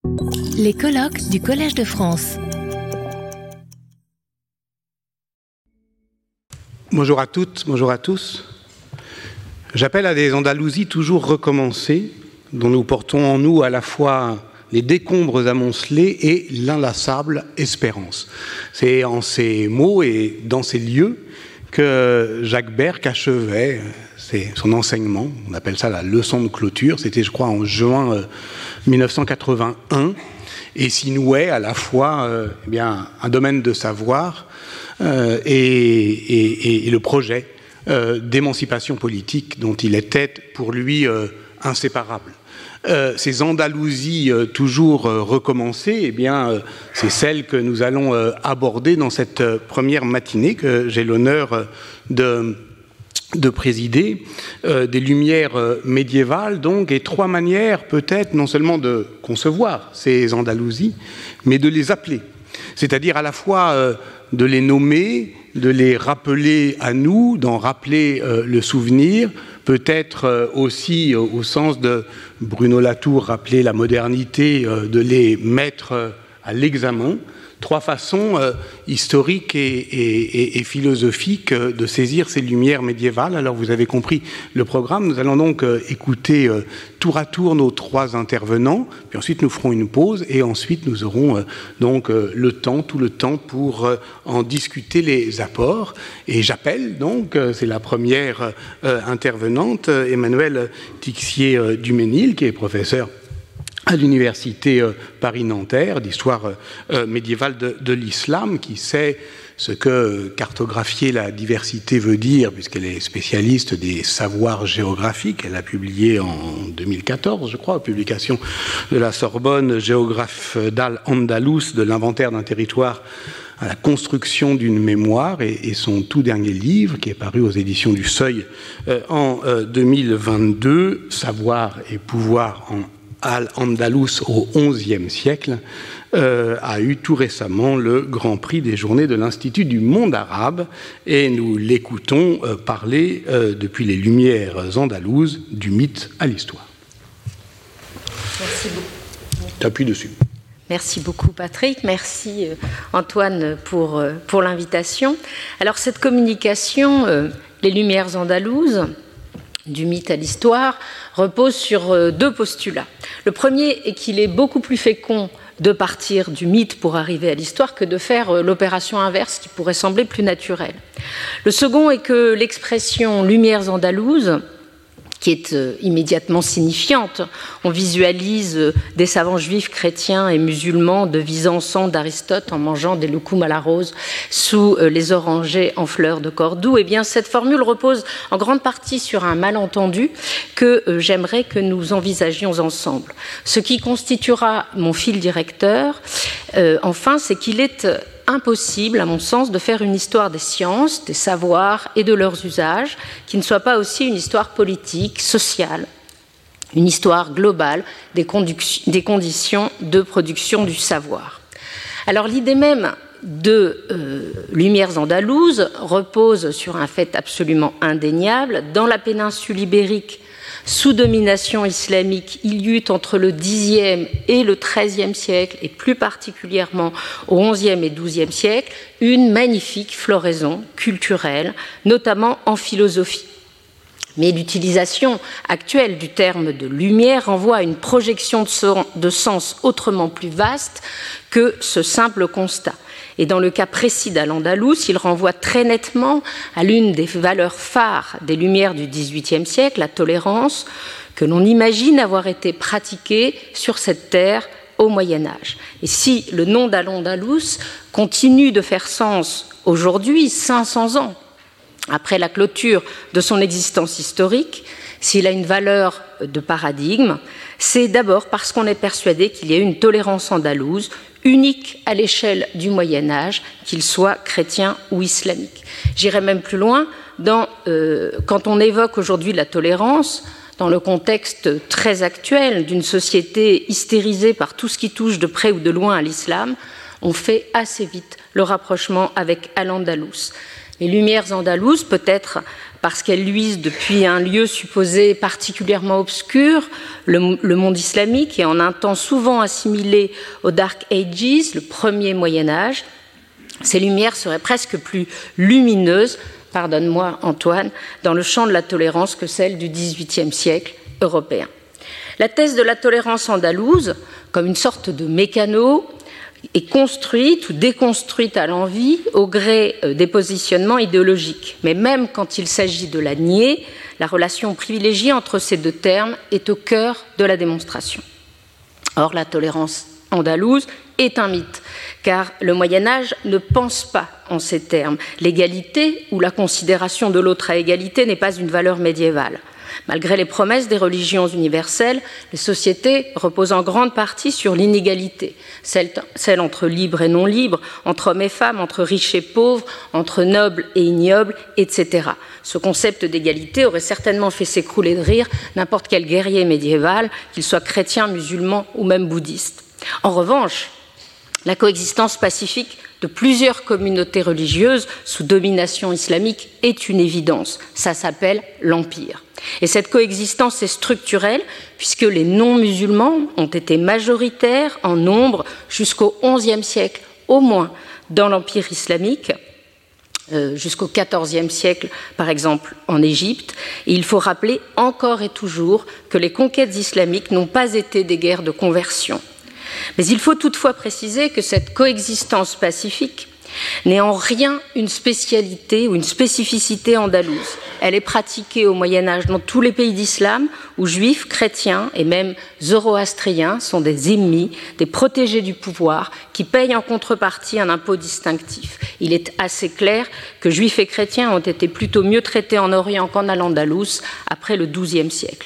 Les colloques du Collège de France. Bonjour à toutes, bonjour à tous. J'appelle à des Andalousies toujours recommencées, dont nous portons en nous à la fois les décombres amoncelés et l'inlassable espérance. C'est en ces mots et dans ces lieux que Jacques Berck achevait son enseignement. On appelle ça la leçon de clôture. C'était, je crois, en juin 1981. Et s'y nouait à la fois un domaine de savoir et le projet d'émancipation politique dont il était pour lui inséparable. Ces Andalousies toujours recommencées, c'est celles que nous allons aborder dans cette première matinée que j'ai l'honneur de présider, des lumières médiévales donc, et trois manières peut-être non seulement de concevoir ces Andalousies, mais de les appeler, c'est-à-dire à la fois de les nommer, de les rappeler à nous, d'en rappeler le souvenir, peut-être aussi au sens de Bruno Latour, rappeler la modernité, de les mettre à l'examen. Trois façons historiques et philosophiques de saisir ces lumières médiévales. Alors vous avez compris le programme. Nous allons donc écouter tour à tour nos trois intervenants, puis ensuite nous ferons une pause et ensuite nous aurons donc tout le temps pour en discuter les apports. Et j'appelle donc, c'est la première intervenante, Emmanuel Tixier-Duménil, qui est professeur à l'université Paris-Nanterre d'histoire médiévale de l'islam, qui sait ce que cartographier la diversité veut dire, puisqu'elle est spécialiste des savoirs géographiques. Elle a publié en 2014, je crois, publication de la Sorbonne, Géographe d'Al-Andalus, de l'inventaire d'un territoire à la construction d'une mémoire, et son tout dernier livre, qui est paru aux éditions du Seuil en 2022, Savoir et pouvoir en Al-Andalus au XIe siècle, a eu tout récemment le Grand Prix des Journées de l'Institut du monde arabe, et nous l'écoutons parler depuis les Lumières andalouses du mythe à l'histoire. Merci beaucoup. T'appuies dessus. Merci beaucoup Patrick, merci Antoine pour l'invitation. Alors cette communication, les Lumières andalouses, du mythe à l'histoire, repose sur deux postulats. Le premier est qu'il est beaucoup plus fécond de partir du mythe pour arriver à l'histoire que de faire l'opération inverse qui pourrait sembler plus naturelle. Le second est que l'expression « lumières andalouses », qui est immédiatement signifiante. On visualise des savants juifs, chrétiens et musulmans devisant sang d'Aristote en mangeant des loukoums à la rose sous les orangers en fleurs de Cordoue. Eh bien, cette formule repose en grande partie sur un malentendu que j'aimerais que nous envisagions ensemble. Ce qui constituera mon fil directeur, enfin, c'est qu'il est impossible, à mon sens, de faire une histoire des sciences, des savoirs et de leurs usages qui ne soit pas aussi une histoire politique, sociale, une histoire globale des conditions de production du savoir. Alors l'idée même de Lumières andalouses repose sur un fait absolument indéniable. Dans la péninsule ibérique, sous domination islamique, il y eut entre le Xe et le XIIIe siècle, et plus particulièrement au XIe et XIIe siècle, une magnifique floraison culturelle, notamment en philosophie. Mais l'utilisation actuelle du terme de lumière renvoie à une projection de sens autrement plus vaste que ce simple constat. Et dans le cas précis d'Al-Andalus, il renvoie très nettement à l'une des valeurs phares des Lumières du XVIIIe siècle, la tolérance, que l'on imagine avoir été pratiquée sur cette terre au Moyen-Âge. Et si le nom d'Al-Andalus continue de faire sens aujourd'hui, 500 ans après la clôture de son existence historique, s'il a une valeur de paradigme, c'est d'abord parce qu'on est persuadé qu'il y a une tolérance andalouse unique à l'échelle du Moyen-Âge, qu'il soit chrétien ou islamique. J'irai même plus loin, quand on évoque aujourd'hui la tolérance, dans le contexte très actuel d'une société hystérisée par tout ce qui touche de près ou de loin à l'islam, on fait assez vite le rapprochement avec Al-Andalus. Les Lumières andalouses, peut-être parce qu'elle luise depuis un lieu supposé particulièrement obscur, le monde islamique, et en un temps souvent assimilé au Dark Ages, le premier Moyen-Âge, ces lumières seraient presque plus lumineuses, pardonne-moi Antoine, dans le champ de la tolérance que celle du XVIIIe siècle européen. La thèse de la tolérance andalouse, comme une sorte de mécano, est construite ou déconstruite à l'envi au gré des positionnements idéologiques. Mais même quand il s'agit de la nier, la relation privilégiée entre ces deux termes est au cœur de la démonstration. Or, la tolérance andalouse est un mythe, car le Moyen-Âge ne pense pas en ces termes. L'égalité ou la considération de l'autre à égalité n'est pas une valeur médiévale. Malgré les promesses des religions universelles, les sociétés reposent en grande partie sur l'inégalité, celle entre libres et non libres, entre hommes et femmes, entre riches et pauvres, entre nobles et ignobles, etc. Ce concept d'égalité aurait certainement fait s'écrouler de rire n'importe quel guerrier médiéval, qu'il soit chrétien, musulman ou même bouddhiste. En revanche, la coexistence pacifique de plusieurs communautés religieuses sous domination islamique est une évidence. Ça s'appelle l'Empire. Et cette coexistence est structurelle puisque les non-musulmans ont été majoritaires en nombre jusqu'au XIe siècle, au moins dans l'Empire islamique, jusqu'au XIVe siècle, par exemple, en Égypte. Et il faut rappeler encore et toujours que les conquêtes islamiques n'ont pas été des guerres de conversion. Mais il faut toutefois préciser que cette coexistence pacifique n'est en rien une spécialité ou une spécificité andalouse. Elle est pratiquée au Moyen-Âge dans tous les pays d'islam où juifs, chrétiens et même zoroastriens sont des ennemis, des protégés du pouvoir qui payent en contrepartie un impôt distinctif. Il est assez clair que juifs et chrétiens ont été plutôt mieux traités en Orient qu'en Al-Andalus après le XIIe siècle.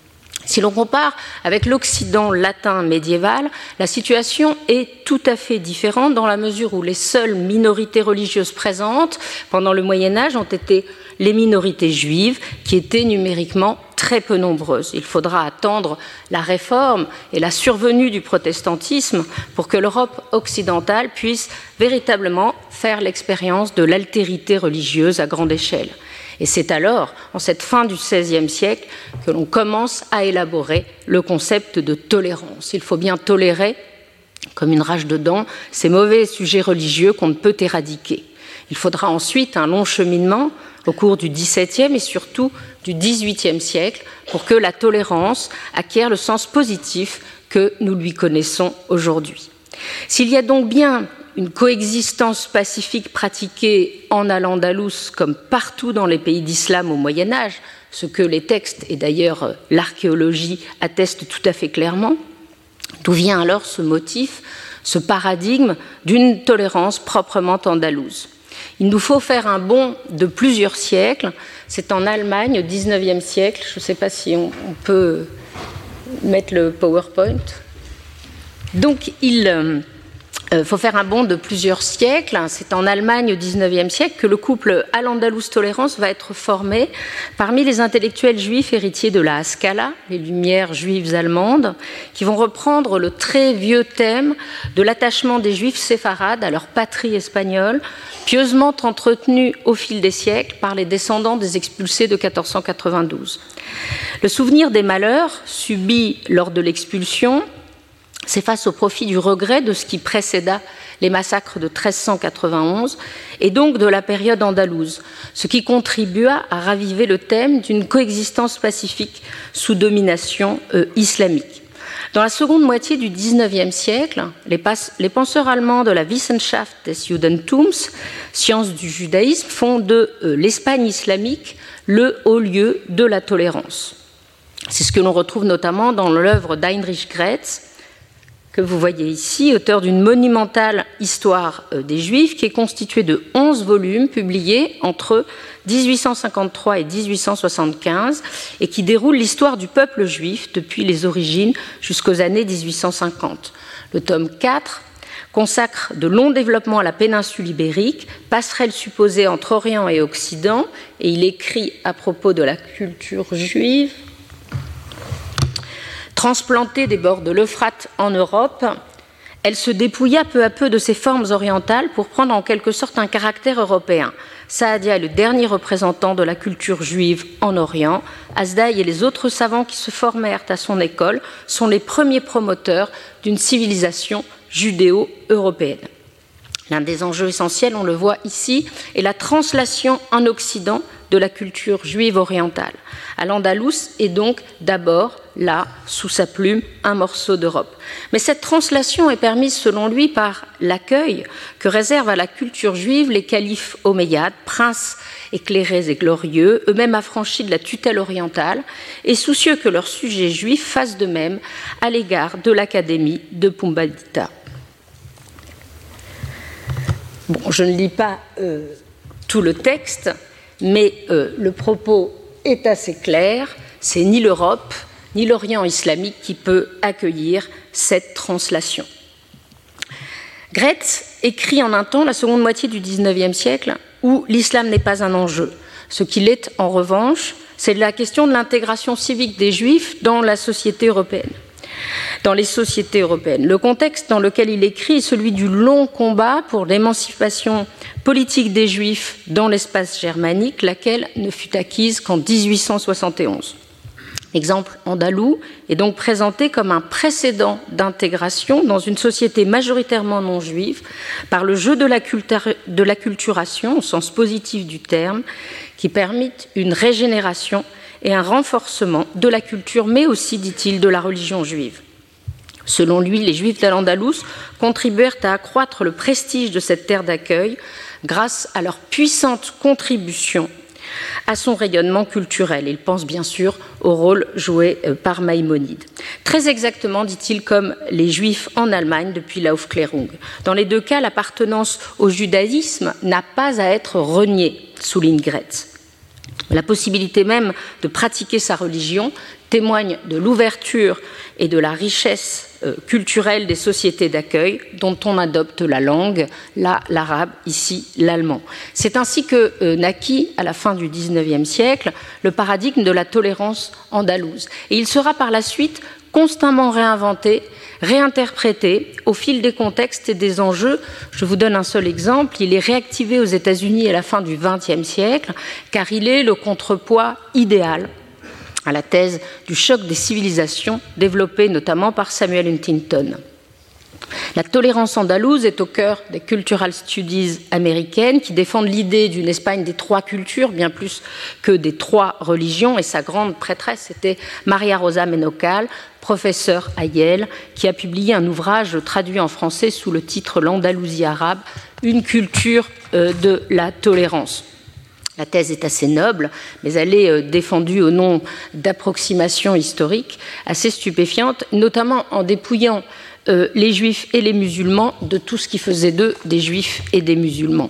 Si l'on compare avec l'Occident latin médiéval, la situation est tout à fait différente dans la mesure où les seules minorités religieuses présentes pendant le Moyen-Âge ont été les minorités juives, qui étaient numériquement très peu nombreuses. Il faudra attendre la Réforme et la survenue du protestantisme pour que l'Europe occidentale puisse véritablement faire l'expérience de l'altérité religieuse à grande échelle. Et c'est alors, en cette fin du XVIe siècle, que l'on commence à élaborer le concept de tolérance. Il faut bien tolérer, comme une rage de dents, ces mauvais sujets religieux qu'on ne peut éradiquer. Il faudra ensuite un long cheminement au cours du XVIIe et surtout du XVIIIe siècle pour que la tolérance acquiert le sens positif que nous lui connaissons aujourd'hui. S'il y a donc bien une coexistence pacifique pratiquée en Al-Andalus comme partout dans les pays d'islam au Moyen-Âge, ce que les textes et d'ailleurs l'archéologie attestent tout à fait clairement, d'où vient alors ce motif, ce paradigme d'une tolérance proprement andalouse? Il nous faut faire un bond de plusieurs siècles. C'est en Allemagne au XIXe siècle. Je ne sais pas si on peut mettre le PowerPoint. Donc, il faut faire un bond de plusieurs siècles. C'est en Allemagne au XIXe siècle que le couple Al-Andalus Tolérance va être formé parmi les intellectuels juifs héritiers de la Haskalah, les Lumières juives allemandes, qui vont reprendre le très vieux thème de l'attachement des juifs séfarades à leur patrie espagnole, pieusement entretenu au fil des siècles par les descendants des expulsés de 1492. Le souvenir des malheurs subis lors de l'expulsion s'efface au profit du regret de ce qui précéda les massacres de 1391 et donc de la période andalouse, ce qui contribua à raviver le thème d'une coexistence pacifique sous domination islamique. Dans la seconde moitié du XIXe siècle, les penseurs allemands de la Wissenschaft des Judentums, sciences du judaïsme, font de l'Espagne islamique le haut lieu de la tolérance. C'est ce que l'on retrouve notamment dans l'œuvre d'Heinrich Graetz, que vous voyez ici, auteur d'une monumentale histoire des Juifs qui est constituée de 11 volumes publiés entre 1853 et 1875 et qui déroule l'histoire du peuple juif depuis les origines jusqu'aux années 1850. Le tome 4 consacre de longs développements à la péninsule ibérique, passerelle supposée entre Orient et Occident, et il écrit à propos de la culture juive. Transplantée des bords de l'Euphrate en Europe, elle se dépouilla peu à peu de ses formes orientales pour prendre en quelque sorte un caractère européen. Saadia est le dernier représentant de la culture juive en Orient. Hasdai et les autres savants qui se formèrent à son école sont les premiers promoteurs d'une civilisation judéo-européenne. L'un des enjeux essentiels, on le voit ici, est la translation en Occident de la culture juive orientale. Al-Andalus est donc d'abord, là, sous sa plume, un morceau d'Europe. Mais cette translation est permise, selon lui, par l'accueil que réservent à la culture juive les califes omeyyades, princes éclairés et glorieux, eux-mêmes affranchis de la tutelle orientale, et soucieux que leurs sujets juifs fassent de même à l'égard de l'académie de Pumbedita. Bon, je ne lis pas tout le texte, mais le propos est assez clair. C'est ni l'Europe, ni l'Orient islamique qui peut accueillir cette translation. Gretz écrit en un temps, la seconde moitié du XIXe siècle, où l'islam n'est pas un enjeu. Ce qu'il est, en revanche, c'est la question de l'intégration civique des Juifs dans la société européenne. Dans les sociétés européennes. Le contexte dans lequel il écrit est celui du long combat pour l'émancipation politique des Juifs dans l'espace germanique, laquelle ne fut acquise qu'en 1871. L'exemple andalou est donc présenté comme un précédent d'intégration dans une société majoritairement non juive par le jeu de l'acculturation, au sens positif du terme, qui permet une régénération et un renforcement de la culture, mais aussi, dit-il, de la religion juive. Selon lui, les Juifs d'Al-Andalus contribuèrent à accroître le prestige de cette terre d'accueil grâce à leur puissante contribution à son rayonnement culturel. Il pense bien sûr au rôle joué par Maïmonide. Très exactement, dit-il, comme les Juifs en Allemagne depuis l'Aufklärung. Dans les deux cas, l'appartenance au judaïsme n'a pas à être reniée, souligne Gretz. La possibilité même de pratiquer sa religion témoigne de l'ouverture et de la richesse culturelle des sociétés d'accueil dont on adopte la langue, là l'arabe, ici l'allemand. C'est ainsi que naquit, à la fin du XIXe siècle, le paradigme de la tolérance andalouse. Et il sera par la suite constamment réinventé, réinterprété au fil des contextes et des enjeux. Je vous donne un seul exemple. Il est réactivé aux États-Unis à la fin du XXe siècle, car il est le contrepoids idéal à la thèse du choc des civilisations développée notamment par Samuel Huntington. La tolérance andalouse est au cœur des cultural studies américaines qui défendent l'idée d'une Espagne des trois cultures, bien plus que des trois religions, et sa grande prêtresse était Maria Rosa Menocal, professeure à Yale, qui a publié un ouvrage traduit en français sous le titre « L'Andalousie arabe, une culture de la tolérance ». La thèse est assez noble, mais elle est défendue au nom d'approximations historiques assez stupéfiantes, notamment en dépouillant les juifs et les musulmans de tout ce qui faisait d'eux des juifs et des musulmans.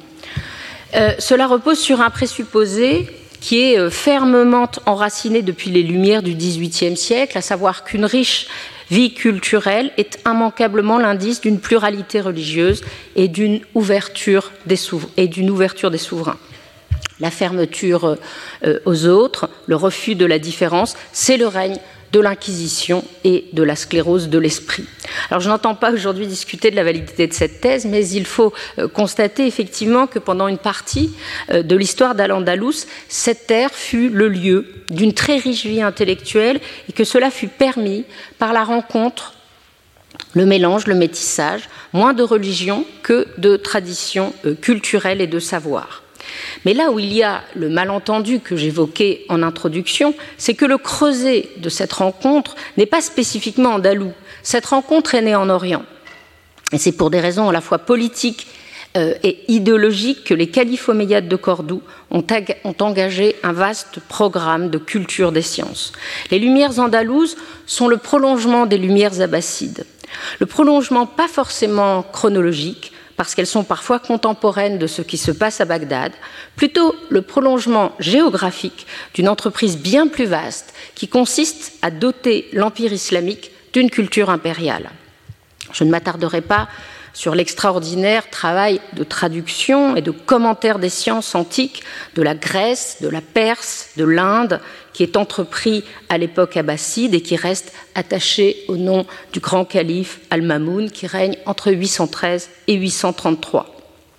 Cela repose sur un présupposé qui est fermement enraciné depuis les Lumières du XVIIIe siècle, à savoir qu'une riche vie culturelle est immanquablement l'indice d'une pluralité religieuse et d'une ouverture des souverains. La fermeture aux autres, le refus de la différence, c'est le règne de l'inquisition et de la sclérose de l'esprit. Alors je n'entends pas aujourd'hui discuter de la validité de cette thèse, mais il faut constater effectivement que pendant une partie de l'histoire d'Al-Andalus, cette terre fut le lieu d'une très riche vie intellectuelle et que cela fut permis par la rencontre, le mélange, le métissage, moins de religion que de traditions culturelles et de savoir. Mais là où il y a le malentendu que j'évoquais en introduction, c'est que le creuset de cette rencontre n'est pas spécifiquement andalou. Cette rencontre est née en Orient. Et c'est pour des raisons à la fois politiques et idéologiques que les califes omeyyades de Cordoue ont engagé un vaste programme de culture des sciences. Les Lumières andalouses sont le prolongement des Lumières abbassides. Le prolongement pas forcément chronologique, parce qu'elles sont parfois contemporaines de ce qui se passe à Bagdad, plutôt le prolongement géographique d'une entreprise bien plus vaste qui consiste à doter l'Empire islamique d'une culture impériale. Je ne m'attarderai pas sur l'extraordinaire travail de traduction et de commentaire des sciences antiques de la Grèce, de la Perse, de l'Inde, qui est entrepris à l'époque abbasside et qui reste attaché au nom du grand calife Al-Mamoun qui règne entre 813 et 833.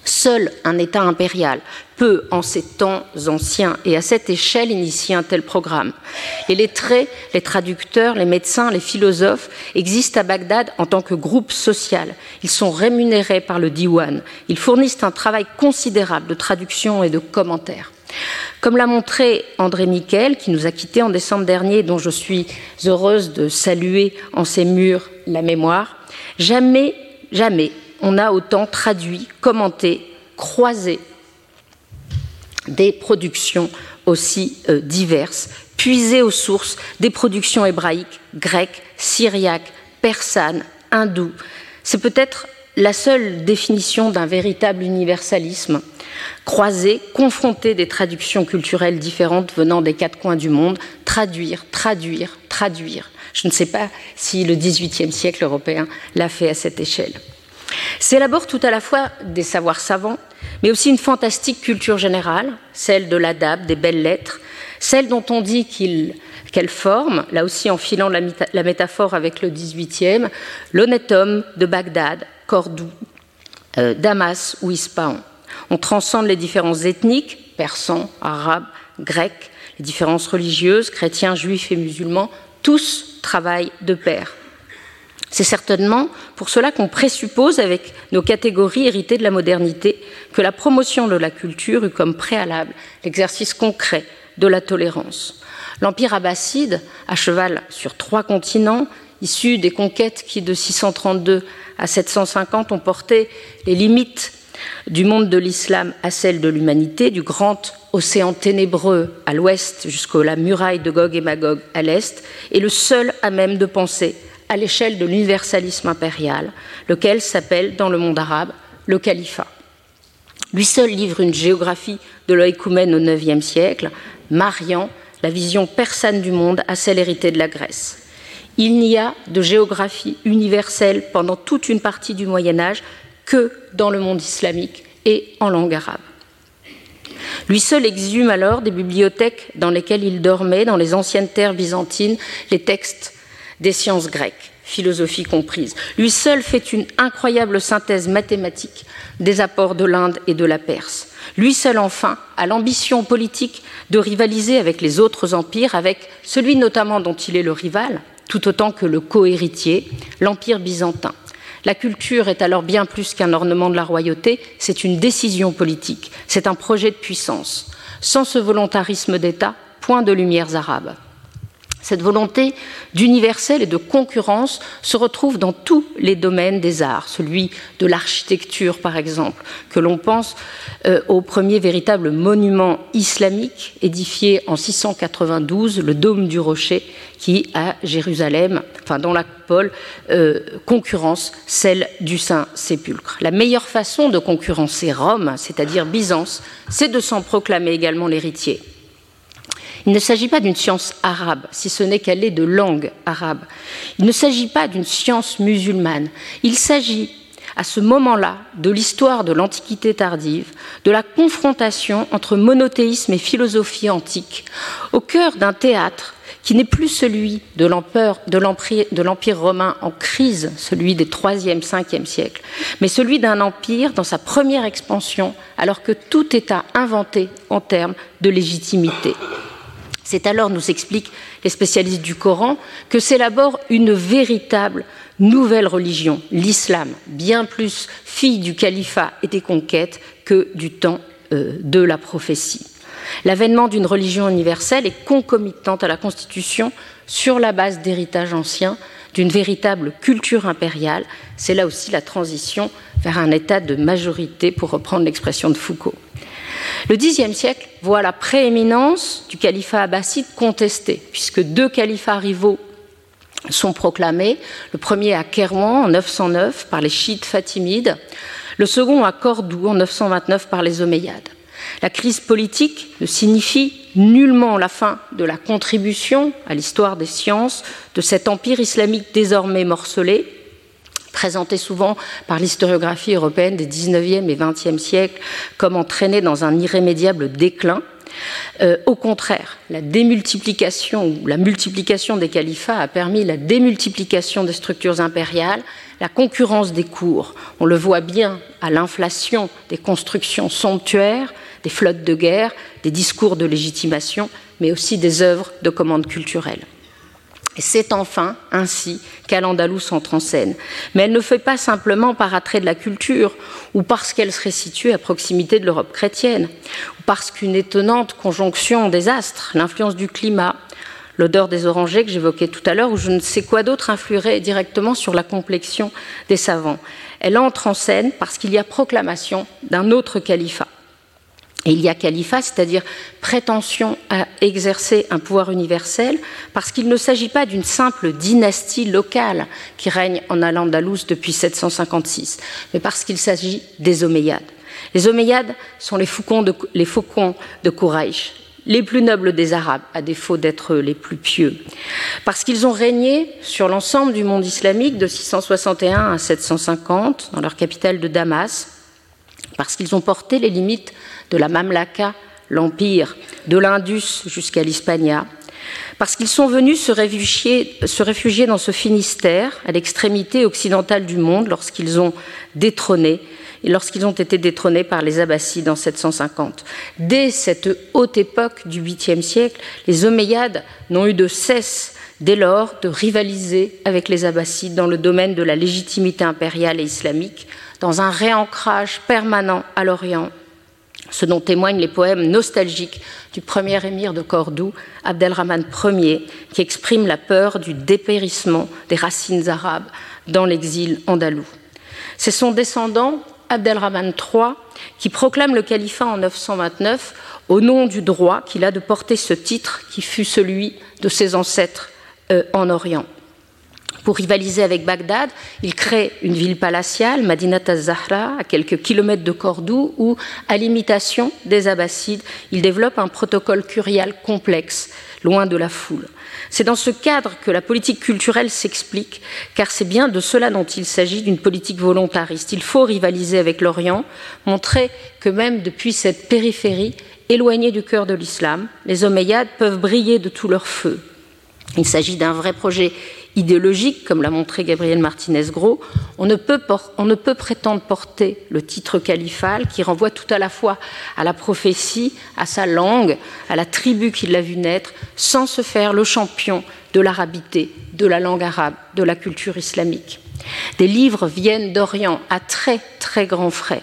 Seul un État impérial peut, en ces temps anciens et à cette échelle, initier un tel programme. Les lettrés, les traducteurs, les médecins, les philosophes existent à Bagdad en tant que groupe social. Ils sont rémunérés par le Diwan. Ils fournissent un travail considérable de traduction et de commentaires. Comme l'a montré André Miquel, qui nous a quittés en décembre dernier, dont je suis heureuse de saluer en ses murs la mémoire, jamais on a autant traduit, commenté, croisé des productions aussi diverses, puisé aux sources des productions hébraïques, grecques, syriaques, persanes, hindoues. C'est peut-être la seule définition d'un véritable universalisme, croiser, confronter des traductions culturelles différentes venant des quatre coins du monde, traduire. Je ne sais pas si le XVIIIe siècle européen l'a fait à cette échelle. S'élabore tout à la fois des savoirs savants, mais aussi une fantastique culture générale, celle de l'adab, des belles lettres, celle dont on dit qu'elle forme, là aussi en filant la métaphore avec le XVIIIe, l'honnête homme de Bagdad, Cordoue, Damas ou Ispahan. On transcende les différences ethniques, persans, arabes, grecs, les différences religieuses, chrétiens, juifs et musulmans, tous travaillent de pair. C'est certainement pour cela qu'on présuppose, avec nos catégories héritées de la modernité, que la promotion de la culture eut comme préalable l'exercice concret de la tolérance. L'Empire abbasside, à cheval sur 3 continents, issu des conquêtes qui, de 632 à 750, ont porté les limites du monde de l'islam à celle de l'humanité, du grand océan ténébreux à l'ouest jusqu'à la muraille de Gog et Magog à l'est, est le seul à même de penser à l'échelle de l'universalisme impérial, lequel s'appelle dans le monde arabe le califat. Lui seul livre une géographie de l'oïkoumène au IXe siècle, mariant la vision persane du monde à celle héritée de la Grèce. Il n'y a de géographie universelle pendant toute une partie du Moyen-Âge que dans le monde islamique et en langue arabe. Lui seul exhume alors des bibliothèques dans lesquelles il dormait, dans les anciennes terres byzantines, les textes des sciences grecques, philosophie comprise. Lui seul fait une incroyable synthèse mathématique des apports de l'Inde et de la Perse. Lui seul, enfin, a l'ambition politique de rivaliser avec les autres empires, avec celui notamment dont il est le rival, tout autant que le co-héritier, l'Empire byzantin. La culture est alors bien plus qu'un ornement de la royauté, c'est une décision politique, c'est un projet de puissance. Sans ce volontarisme d'État, point de lumières arabes. Cette volonté d'universel et de concurrence se retrouve dans tous les domaines des arts, celui de l'architecture par exemple, que l'on pense au premier véritable monument islamique édifié en 692, le Dôme du Rocher, qui à Jérusalem, enfin dans la coupole, concurrence celle du Saint-Sépulcre. La meilleure façon de concurrencer Rome, c'est-à-dire Byzance, c'est de s'en proclamer également l'héritier. Il ne s'agit pas d'une science arabe, si ce n'est qu'elle est de langue arabe. Il ne s'agit pas d'une science musulmane. Il s'agit, à ce moment-là, de l'histoire de l'Antiquité tardive, de la confrontation entre monothéisme et philosophie antique, au cœur d'un théâtre qui n'est plus celui de l'Empire romain en crise, celui des 3e, 5e siècles, mais celui d'un empire dans sa première expansion, alors que tout est à inventer en termes de légitimité. C'est alors, nous expliquent les spécialistes du Coran, que s'élabore une véritable nouvelle religion, l'islam, bien plus fille du califat et des conquêtes que du temps de la prophétie. L'avènement d'une religion universelle est concomitante à la constitution, sur la base d'héritages anciens, d'une véritable culture impériale. C'est là aussi la transition vers un état de majorité, pour reprendre l'expression de Foucault. Le Xe siècle voit la prééminence du califat abbasside contestée, puisque 2 califats rivaux sont proclamés, le premier à Kairouan en 909 par les chiites fatimides, le second à Cordoue en 929 par les Omeyyades. La crise politique ne signifie nullement la fin de la contribution à l'histoire des sciences de cet empire islamique désormais morcelé, présenté souvent par l'historiographie européenne des 19e et 20e siècles comme entraîné dans un irrémédiable déclin. Au contraire, la démultiplication ou la multiplication des califats a permis la démultiplication des structures impériales, la concurrence des cours. On le voit bien à l'inflation des constructions somptuaires, des flottes de guerre, des discours de légitimation, mais aussi des œuvres de commande culturelle. Et c'est enfin ainsi qu'Al-Andalus entre en scène. Mais elle ne fait pas simplement par attrait de la culture ou parce qu'elle serait située à proximité de l'Europe chrétienne, ou parce qu'une étonnante conjonction des astres, l'influence du climat, l'odeur des orangers que j'évoquais tout à l'heure, ou je ne sais quoi d'autre influerait directement sur la complexion des savants. Elle entre en scène parce qu'il y a proclamation d'un autre califat. Et il y a califat, c'est-à-dire prétention à exercer un pouvoir universel, parce qu'il ne s'agit pas d'une simple dynastie locale qui règne en Al-Andalus depuis 756, mais parce qu'il s'agit des Omeyyades. Les Omeyyades sont les faucons de Quraïch, les plus nobles des Arabes, à défaut d'être les plus pieux, parce qu'ils ont régné sur l'ensemble du monde islamique de 661 à 750, dans leur capitale de Damas, parce qu'ils ont porté les limites de la Mamlaka, l'Empire, de l'Indus jusqu'à l'Hispania, parce qu'ils sont venus se réfugier dans ce Finistère, à l'extrémité occidentale du monde, lorsqu'ils ont été détrônés par les Abbassides en 750. Dès cette haute époque du 8e siècle, les Omeyyades n'ont eu de cesse, dès lors, de rivaliser avec les Abbassides dans le domaine de la légitimité impériale et islamique, dans un réancrage permanent à l'Orient, ce dont témoignent les poèmes nostalgiques du premier émir de Cordoue, Abdelrahman Ier, qui exprime la peur du dépérissement des racines arabes dans l'exil andalou. C'est son descendant, Abdelrahman III, qui proclame le califat en 929 au nom du droit qu'il a de porter ce titre qui fut celui de ses ancêtres en Orient. Pour rivaliser avec Bagdad, il crée une ville palatiale, Madinat az-Zahra, à quelques kilomètres de Cordoue, où, à l'imitation des Abbassides, il développe un protocole curial complexe, loin de la foule. C'est dans ce cadre que la politique culturelle s'explique, car c'est bien de cela dont il s'agit, d'une politique volontariste. Il faut rivaliser avec l'Orient, montrer que même depuis cette périphérie, éloignée du cœur de l'islam, les Omeyyades peuvent briller de tout leur feu. Il s'agit d'un vrai projet idéologique, comme l'a montré Gabriel Martinez-Gros. On ne peut prétendre porter le titre califal qui renvoie tout à la fois à la prophétie, à sa langue, à la tribu qui l'a vu naître, sans se faire le champion de l'arabité, de la langue arabe, de la culture islamique. Des livres viennent d'Orient à très très grands frais,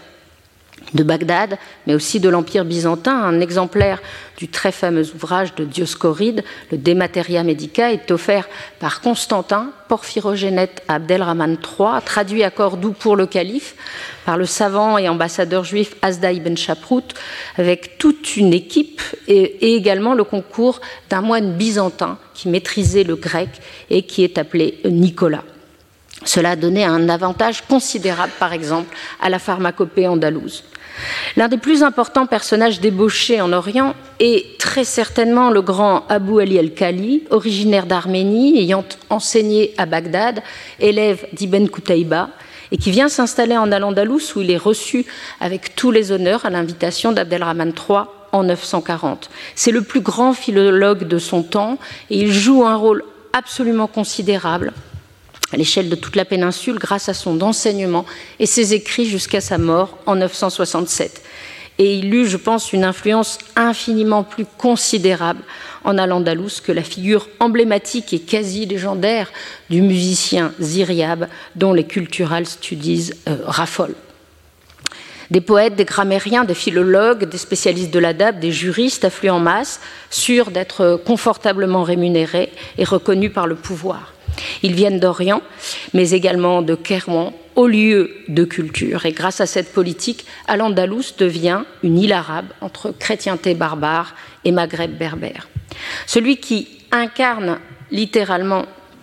de Bagdad, mais aussi de l'Empire byzantin. Un exemplaire du très fameux ouvrage de Dioscoride, le De Materia Medica, est offert par Constantin Porphyrogénète à Abdelrahman III, traduit à Cordoue pour le calife par le savant et ambassadeur juif Asda ibn Shaprut, avec toute une équipe et également le concours d'un moine byzantin qui maîtrisait le grec et qui est appelé Nicolas. Cela a donné un avantage considérable, par exemple, à la pharmacopée andalouse. L'un des plus importants personnages débauchés en Orient est très certainement le grand Abou Ali el-Khali, originaire d'Arménie, ayant enseigné à Bagdad, élève d'Ibn Qutaïba, et qui vient s'installer en Al-Andalus, où il est reçu avec tous les honneurs à l'invitation d'Abdelrahman III en 940. C'est le plus grand philologue de son temps, et il joue un rôle absolument considérable à l'échelle de toute la péninsule grâce à son enseignement et ses écrits jusqu'à sa mort en 967. Et il eut, je pense, une influence infiniment plus considérable en Al-Andalus que la figure emblématique et quasi légendaire du musicien Ziryab, dont les Cultural Studies raffolent. Des poètes, des grammairiens, des philologues, des spécialistes de l'adab, des juristes affluent en masse, sûrs d'être confortablement rémunérés et reconnus par le pouvoir. Ils viennent d'Orient, mais également de Kairouan, haut lieu de culture. Et grâce à cette politique, Al-Andalus devient une île arabe entre chrétienté barbare et Maghreb berbère. Celui qui incarne littéralement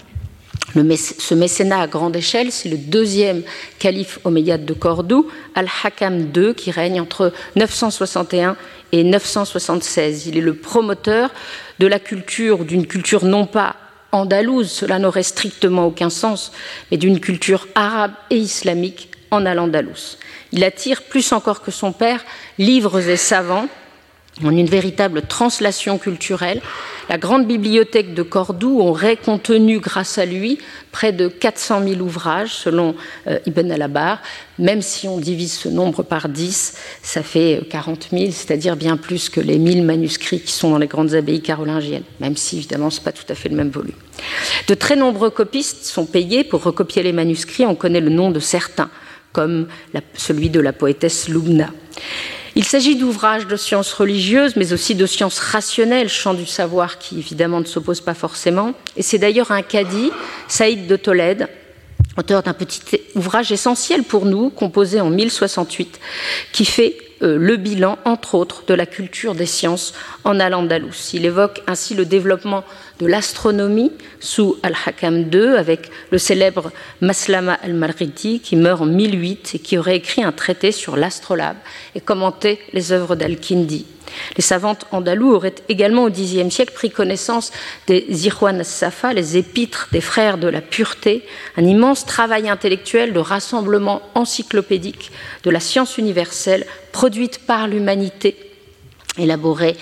ce mécénat à grande échelle, c'est le deuxième calife omeyyade de Cordoue, Al-Hakam II, qui règne entre 961 et 976. Il est le promoteur de la culture, d'une culture non pas andalouse, cela n'aurait strictement aucun sens, mais d'une culture arabe et islamique en Al-Andalus. Il attire, plus encore que son père, livres et savants, en une véritable translation culturelle. La grande bibliothèque de Cordoue aurait contenu, grâce à lui, près de 400 000 ouvrages, selon Ibn al-Abar. Même si on divise ce nombre par 10, ça fait 40 000, c'est-à-dire bien plus que les 1000 manuscrits qui sont dans les grandes abbayes carolingiennes, même si, évidemment, ce n'est pas tout à fait le même volume. De très nombreux copistes sont payés pour recopier les manuscrits. On connaît le nom de certains, comme celui de la poétesse Lubna. Il s'agit d'ouvrages de sciences religieuses, mais aussi de sciences rationnelles, champ du savoir qui évidemment ne s'oppose pas forcément. Et c'est d'ailleurs un cadi, Saïd de Tolède, auteur d'un petit ouvrage essentiel pour nous, composé en 1068, qui fait le bilan, entre autres, de la culture des sciences en Al-Andalus. Il évoque ainsi le développement de l'astronomie sous Al-Hakam II, avec le célèbre Maslama al-Marghiti, qui meurt en 1008 et qui aurait écrit un traité sur l'astrolabe et commenté les œuvres d'Al-Kindi. Les savantes andalous auraient également au Xe siècle pris connaissance des Ikhwan as-Safa, les épîtres des frères de la pureté, un immense travail intellectuel de rassemblement encyclopédique de la science universelle produite par l'humanité, élaborée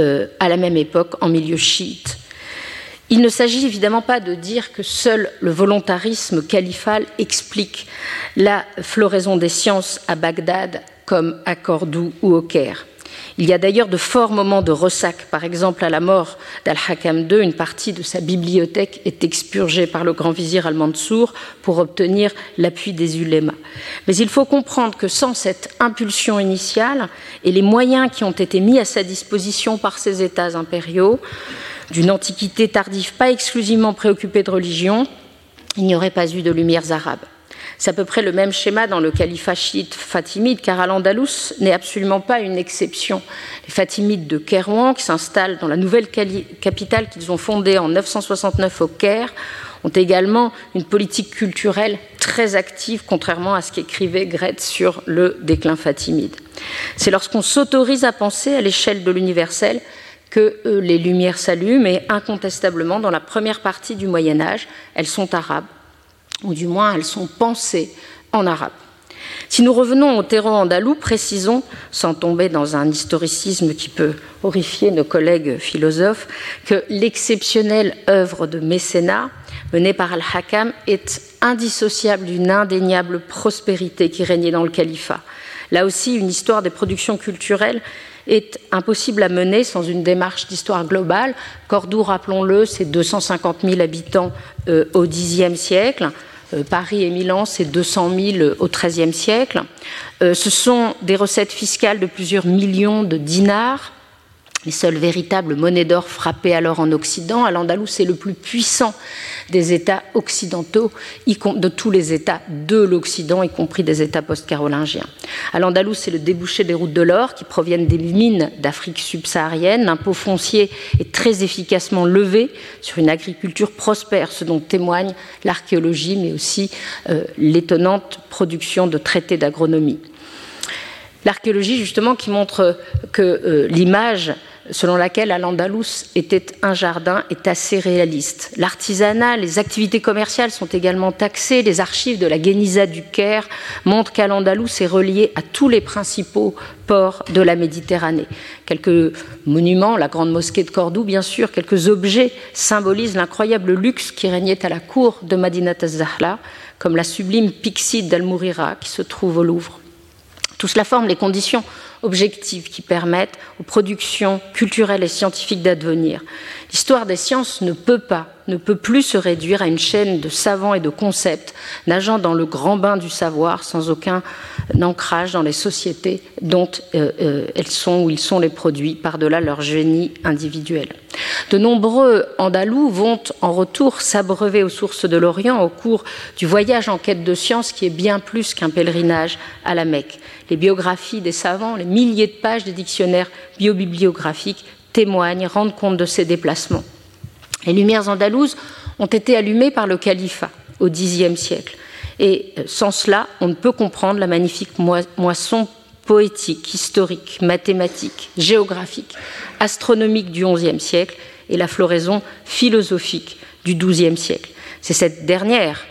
à la même époque en milieu chiite. Il ne s'agit évidemment pas de dire que seul le volontarisme califal explique la floraison des sciences à Bagdad comme à Cordoue ou au Caire. Il y a d'ailleurs de forts moments de ressac. Par exemple, à la mort d'Al-Hakam II, une partie de sa bibliothèque est expurgée par le grand vizir al-Mansour pour obtenir l'appui des ulémas. Mais il faut comprendre que sans cette impulsion initiale et les moyens qui ont été mis à sa disposition par ces États impériaux, d'une antiquité tardive pas exclusivement préoccupée de religion, il n'y aurait pas eu de lumières arabes. C'est à peu près le même schéma dans le califat chiite fatimide, car Al-Andalus n'est absolument pas une exception. Les Fatimides de Kairouan, qui s'installent dans la nouvelle capitale qu'ils ont fondée en 969 au Caire, ont également une politique culturelle très active, contrairement à ce qu'écrivait Grete sur le déclin fatimide. C'est lorsqu'on s'autorise à penser à l'échelle de l'universel que les lumières s'allument, et incontestablement, dans la première partie du Moyen-Âge, elles sont arabes, ou du moins elles sont pensées en arabe. Si nous revenons au terreau andalou, précisons, sans tomber dans un historicisme qui peut horrifier nos collègues philosophes, que l'exceptionnelle œuvre de mécénat menée par Al-Hakam est indissociable d'une indéniable prospérité qui régnait dans le califat. Là aussi, une histoire des productions culturelles est impossible à mener sans une démarche d'histoire globale. Cordoue, rappelons-le, c'est 250 000 habitants au Xe siècle. Paris et Milan, c'est 200 000 au XIIIe siècle. Ce sont des recettes fiscales de plusieurs millions de dinars, les seules véritables monnaies d'or frappées alors en Occident. Al-Andalus est le plus puissant des États occidentaux, de tous les États de l'Occident, y compris des États post-carolingiens. Al-Andalus, c'est le débouché des routes de l'or qui proviennent des mines d'Afrique subsaharienne. L'impôt foncier est très efficacement levé sur une agriculture prospère, ce dont témoigne l'archéologie, mais aussi l'étonnante production de traités d'agronomie. L'archéologie, justement, qui montre que l'image selon laquelle Al-Andalus était un jardin est assez réaliste. L'artisanat, les activités commerciales sont également taxées. Les archives de la Guéniza du Caire montrent qu'Al-Andalus est relié à tous les principaux ports de la Méditerranée. Quelques monuments, la grande mosquée de Cordoue, bien sûr, quelques objets symbolisent l'incroyable luxe qui régnait à la cour de Madinat az-Zahra, comme la sublime pyxide d'Al-Mourira qui se trouve au Louvre. Tout cela forme les conditions objectives qui permettent aux productions culturelles et scientifiques d'advenir. L'histoire des sciences ne peut plus se réduire à une chaîne de savants et de concepts nageant dans le grand bain du savoir sans aucun ancrage dans les sociétés dont elles sont ou ils sont les produits par-delà leur génie individuel. De nombreux Andalous vont en retour s'abreuver aux sources de l'Orient au cours du voyage en quête de science qui est bien plus qu'un pèlerinage à la Mecque. Les biographies des savants, les milliers de pages des dictionnaires biobibliographiques témoignent, rendent compte de ces déplacements. Les lumières andalouses ont été allumées par le califat au Xe siècle. Et sans cela, on ne peut comprendre la magnifique moisson poétique, historique, mathématique, géographique, astronomique du XIe siècle et la floraison philosophique du XIIe siècle. C'est cette dernière,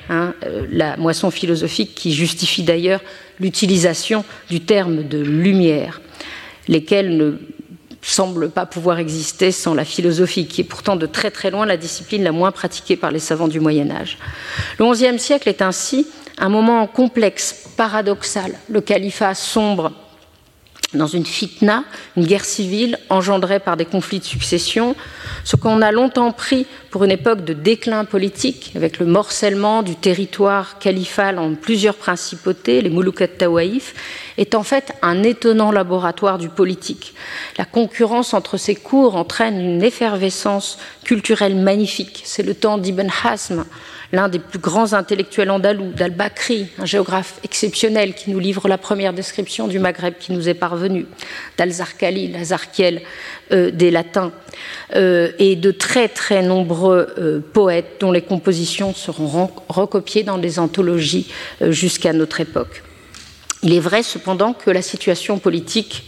la moisson philosophique, qui justifie d'ailleurs l'utilisation du terme de lumière, lesquelles semble pas pouvoir exister sans la philosophie, qui est pourtant de très très loin la discipline la moins pratiquée par les savants du Moyen-Âge. Le XIe siècle est ainsi un moment complexe, paradoxal. Le califat sombre dans une fitna, une guerre civile engendrée par des conflits de succession, ce qu'on a longtemps pris pour une époque de déclin politique, avec le morcellement du territoire califal en plusieurs principautés, les Moulouks at-Tawaïf, est en fait un étonnant laboratoire du politique. La concurrence entre ces cours entraîne une effervescence culturelle magnifique. C'est le temps d'Ibn Hazm, l'un des plus grands intellectuels andalous, d'Al-Bakri, un géographe exceptionnel qui nous livre la première description du Maghreb qui nous est parvenue, d'Al-Zarqali, l'Azarkiel des Latins, et de très très nombreux poètes dont les compositions seront recopiées dans des anthologies jusqu'à notre époque. Il est vrai cependant que la situation politique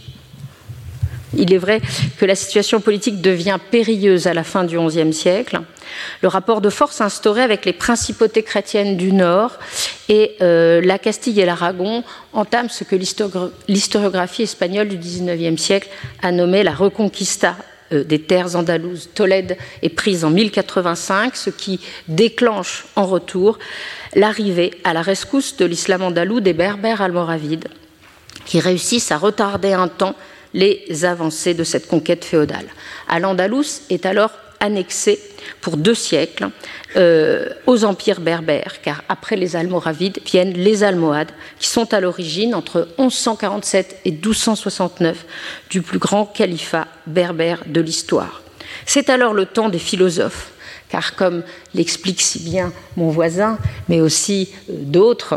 devient périlleuse à la fin du XIe siècle. Le rapport de force instauré avec les principautés chrétiennes du Nord et la Castille et l'Aragon entame ce que l'historiographie espagnole du XIXe siècle a nommé la reconquista des terres andalouses. Tolède est prise en 1085, ce qui déclenche en retour l'arrivée à la rescousse de l'islam andalou des Berbères almoravides, qui réussissent à retarder un temps les avancées de cette conquête féodale. Al-Andalus est alors annexé pour 2 siècles aux empires berbères, car après les Almoravides viennent les Almohades, qui sont à l'origine, entre 1147 et 1269, du plus grand califat berbère de l'histoire. C'est alors le temps des philosophes, car comme l'explique si bien mon voisin, mais aussi d'autres,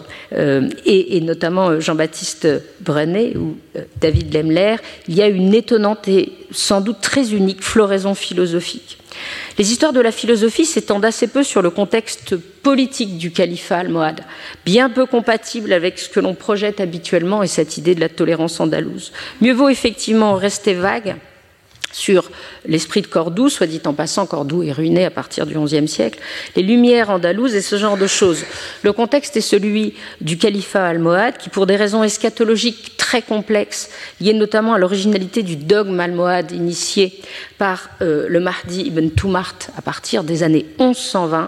et notamment Jean-Baptiste Brenet ou David Lemler, il y a une étonnante et sans doute très unique floraison philosophique. Les histoires de la philosophie s'étendent assez peu sur le contexte politique du califat almohade, bien peu compatible avec ce que l'on projette habituellement et cette idée de la tolérance andalouse. Mieux vaut effectivement rester vague sur l'esprit de Cordoue, soit dit en passant, Cordoue est ruiné à partir du XIe siècle, les lumières andalouses et ce genre de choses. Le contexte est celui du califat almohade qui, pour des raisons eschatologiques très complexes, liées notamment à l'originalité du dogme almohade initié par le Mahdi ibn Toumart à partir des années 1120,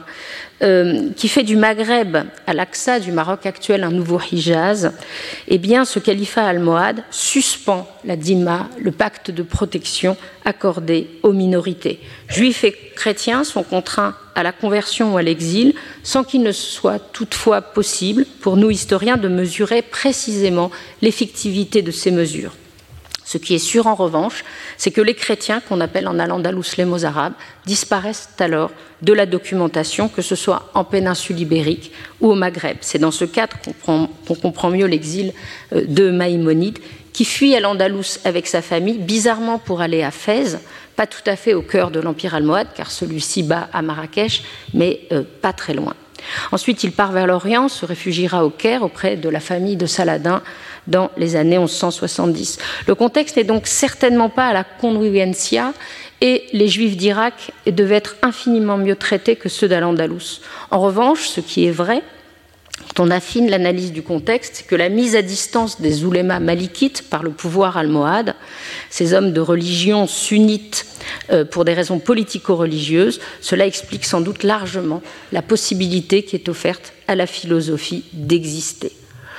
qui fait du Maghreb à l'Aqsa du Maroc actuel un nouveau Hijaz, eh bien ce califat almohade suspend la dhimma, le pacte de protection accordé aux minorités. Juifs et chrétiens sont contraints à la conversion ou à l'exil, sans qu'il ne soit toutefois possible, pour nous historiens, de mesurer précisément l'effectivité de ces mesures. Ce qui est sûr en revanche, c'est que les chrétiens, qu'on appelle en al-Andalus les Mozarabes, disparaissent alors de la documentation, que ce soit en péninsule ibérique ou au Maghreb. C'est dans ce cadre qu'on comprend mieux l'exil de Maïmonide, qui fuit à l'Andalus avec sa famille, bizarrement pour aller à Fès, pas tout à fait au cœur de l'Empire almohade, car celui-ci bat à Marrakech, mais pas très loin. Ensuite, il part vers l'Orient, se réfugiera au Caire auprès de la famille de Saladin dans les années 1170. Le contexte n'est donc certainement pas à la convivencia et les Juifs d'Irak devaient être infiniment mieux traités que ceux d'Al-Andalus. En revanche, ce qui est vrai, quand on affine l'analyse du contexte, c'est que la mise à distance des oulémas malikites par le pouvoir almohade, ces hommes de religion sunnite pour des raisons politico-religieuses, cela explique sans doute largement la possibilité qui est offerte à la philosophie d'exister.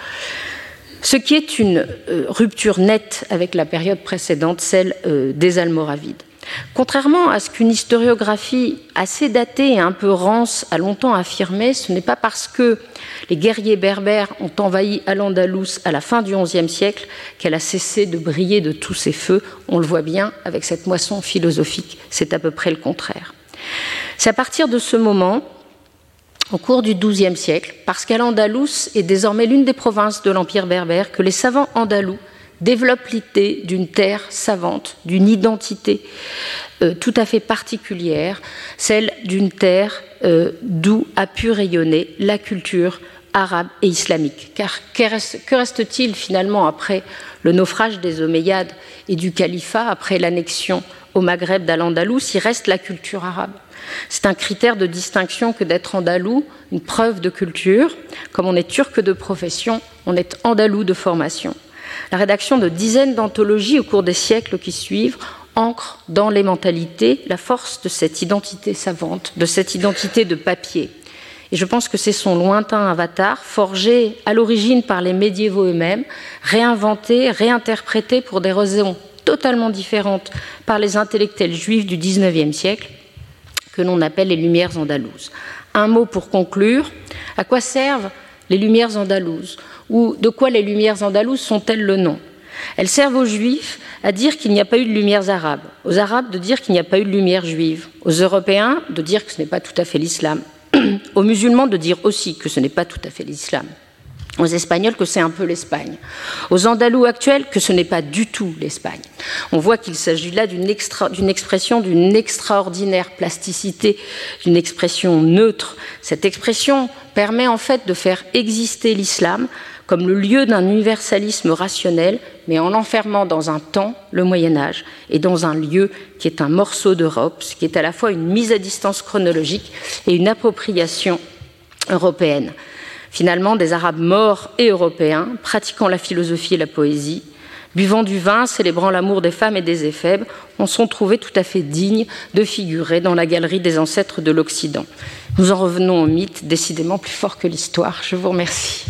Ce qui est une rupture nette avec la période précédente, celle des Almoravides. Contrairement à ce qu'une historiographie assez datée et un peu rance a longtemps affirmé, ce n'est pas parce que les guerriers berbères ont envahi Al-Andalus à la fin du XIe siècle qu'elle a cessé de briller de tous ses feux. On le voit bien avec cette moisson philosophique, c'est à peu près le contraire. C'est à partir de ce moment, au cours du XIIe siècle, parce qu'Al-Andalus est désormais l'une des provinces de l'Empire berbère, que les savants andalous développe l'idée d'une terre savante, d'une identité tout à fait particulière, celle d'une terre d'où a pu rayonner la culture arabe et islamique. Car que reste-t-il finalement après le naufrage des Omeyyades et du califat, après l'annexion au Maghreb d'Al-Andalus? Il reste la culture arabe. C'est un critère de distinction que d'être andalou, une preuve de culture. Comme on est turc de profession, on est andalou de formation. La rédaction de dizaines d'anthologies au cours des siècles qui suivent ancre dans les mentalités la force de cette identité savante, de cette identité de papier. Et je pense que c'est son lointain avatar, forgé à l'origine par les médiévaux eux-mêmes, réinventé, réinterprété pour des raisons totalement différentes par les intellectuels juifs du XIXe siècle, que l'on appelle les Lumières andalouses. Un mot pour conclure, à quoi servent les Lumières andalouses? Ou de quoi les Lumières andalouses sont-elles le nom? Elles servent aux Juifs à dire qu'il n'y a pas eu de lumières arabes, aux Arabes de dire qu'il n'y a pas eu de lumières juives, aux Européens de dire que ce n'est pas tout à fait l'islam, aux musulmans de dire aussi que ce n'est pas tout à fait l'islam, aux Espagnols que c'est un peu l'Espagne, aux Andalous actuels que ce n'est pas du tout l'Espagne. On voit qu'il s'agit là d'une expression d'une extraordinaire plasticité, d'une expression neutre. Cette expression permet en fait de faire exister l'islam comme le lieu d'un universalisme rationnel, mais en l'enfermant dans un temps, le Moyen-Âge, et dans un lieu qui est un morceau d'Europe, ce qui est à la fois une mise à distance chronologique et une appropriation européenne. Finalement, des Arabes morts et européens, pratiquant la philosophie et la poésie, buvant du vin, célébrant l'amour des femmes et des éphèbes, en sont trouvés tout à fait dignes de figurer dans la galerie des ancêtres de l'Occident. Nous en revenons au mythe, décidément plus fort que l'histoire. Je vous remercie.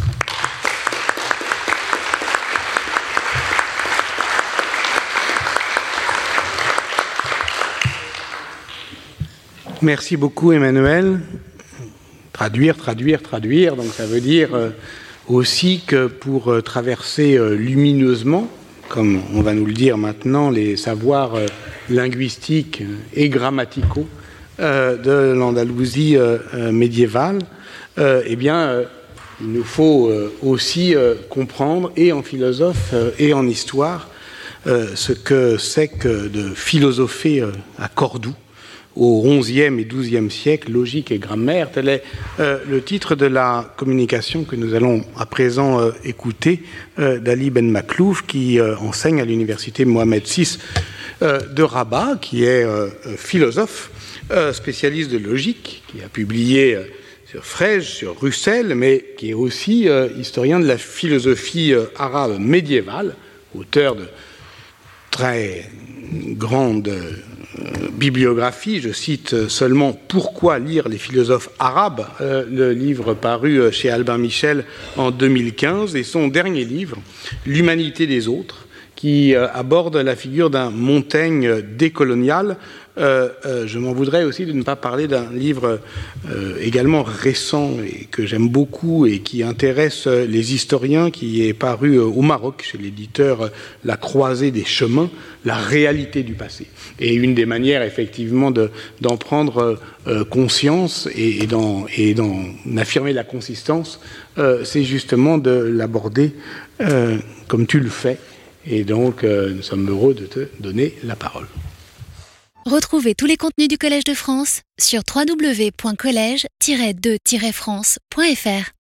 Merci beaucoup, Emmanuel. Traduire, donc ça veut dire aussi que pour traverser lumineusement, comme on va nous le dire maintenant, les savoirs linguistiques et grammaticaux de l'Andalousie médiévale, eh bien, il nous faut aussi comprendre, et en philosophe et en histoire, ce que c'est que de philosopher à Cordoue, au XIe et XIIe siècle, logique et grammaire. Tel est le titre de la communication que nous allons à présent écouter d'Ali Ben Maklouf, qui enseigne à l'université Mohamed VI de Rabat, qui est philosophe, spécialiste de logique, qui a publié sur Frege, sur Russell, mais qui est aussi historien de la philosophie arabe médiévale, auteur de très grande bibliographie. Je cite seulement Pourquoi lire les philosophes arabes, le livre paru chez Albin Michel en 2015, et son dernier livre, L'humanité des autres, qui aborde la figure d'un Montaigne décolonial. Je m'en voudrais aussi de ne pas parler d'un livre également récent et que j'aime beaucoup et qui intéresse les historiens, qui est paru au Maroc chez l'éditeur La Croisée des Chemins, La réalité du passé. Et une des manières effectivement d'en prendre conscience et d'en affirmer la consistance, c'est justement de l'aborder comme tu le fais. Et donc nous sommes heureux de te donner la parole. Retrouvez tous les contenus du Collège de France sur www.collège-2-france.fr.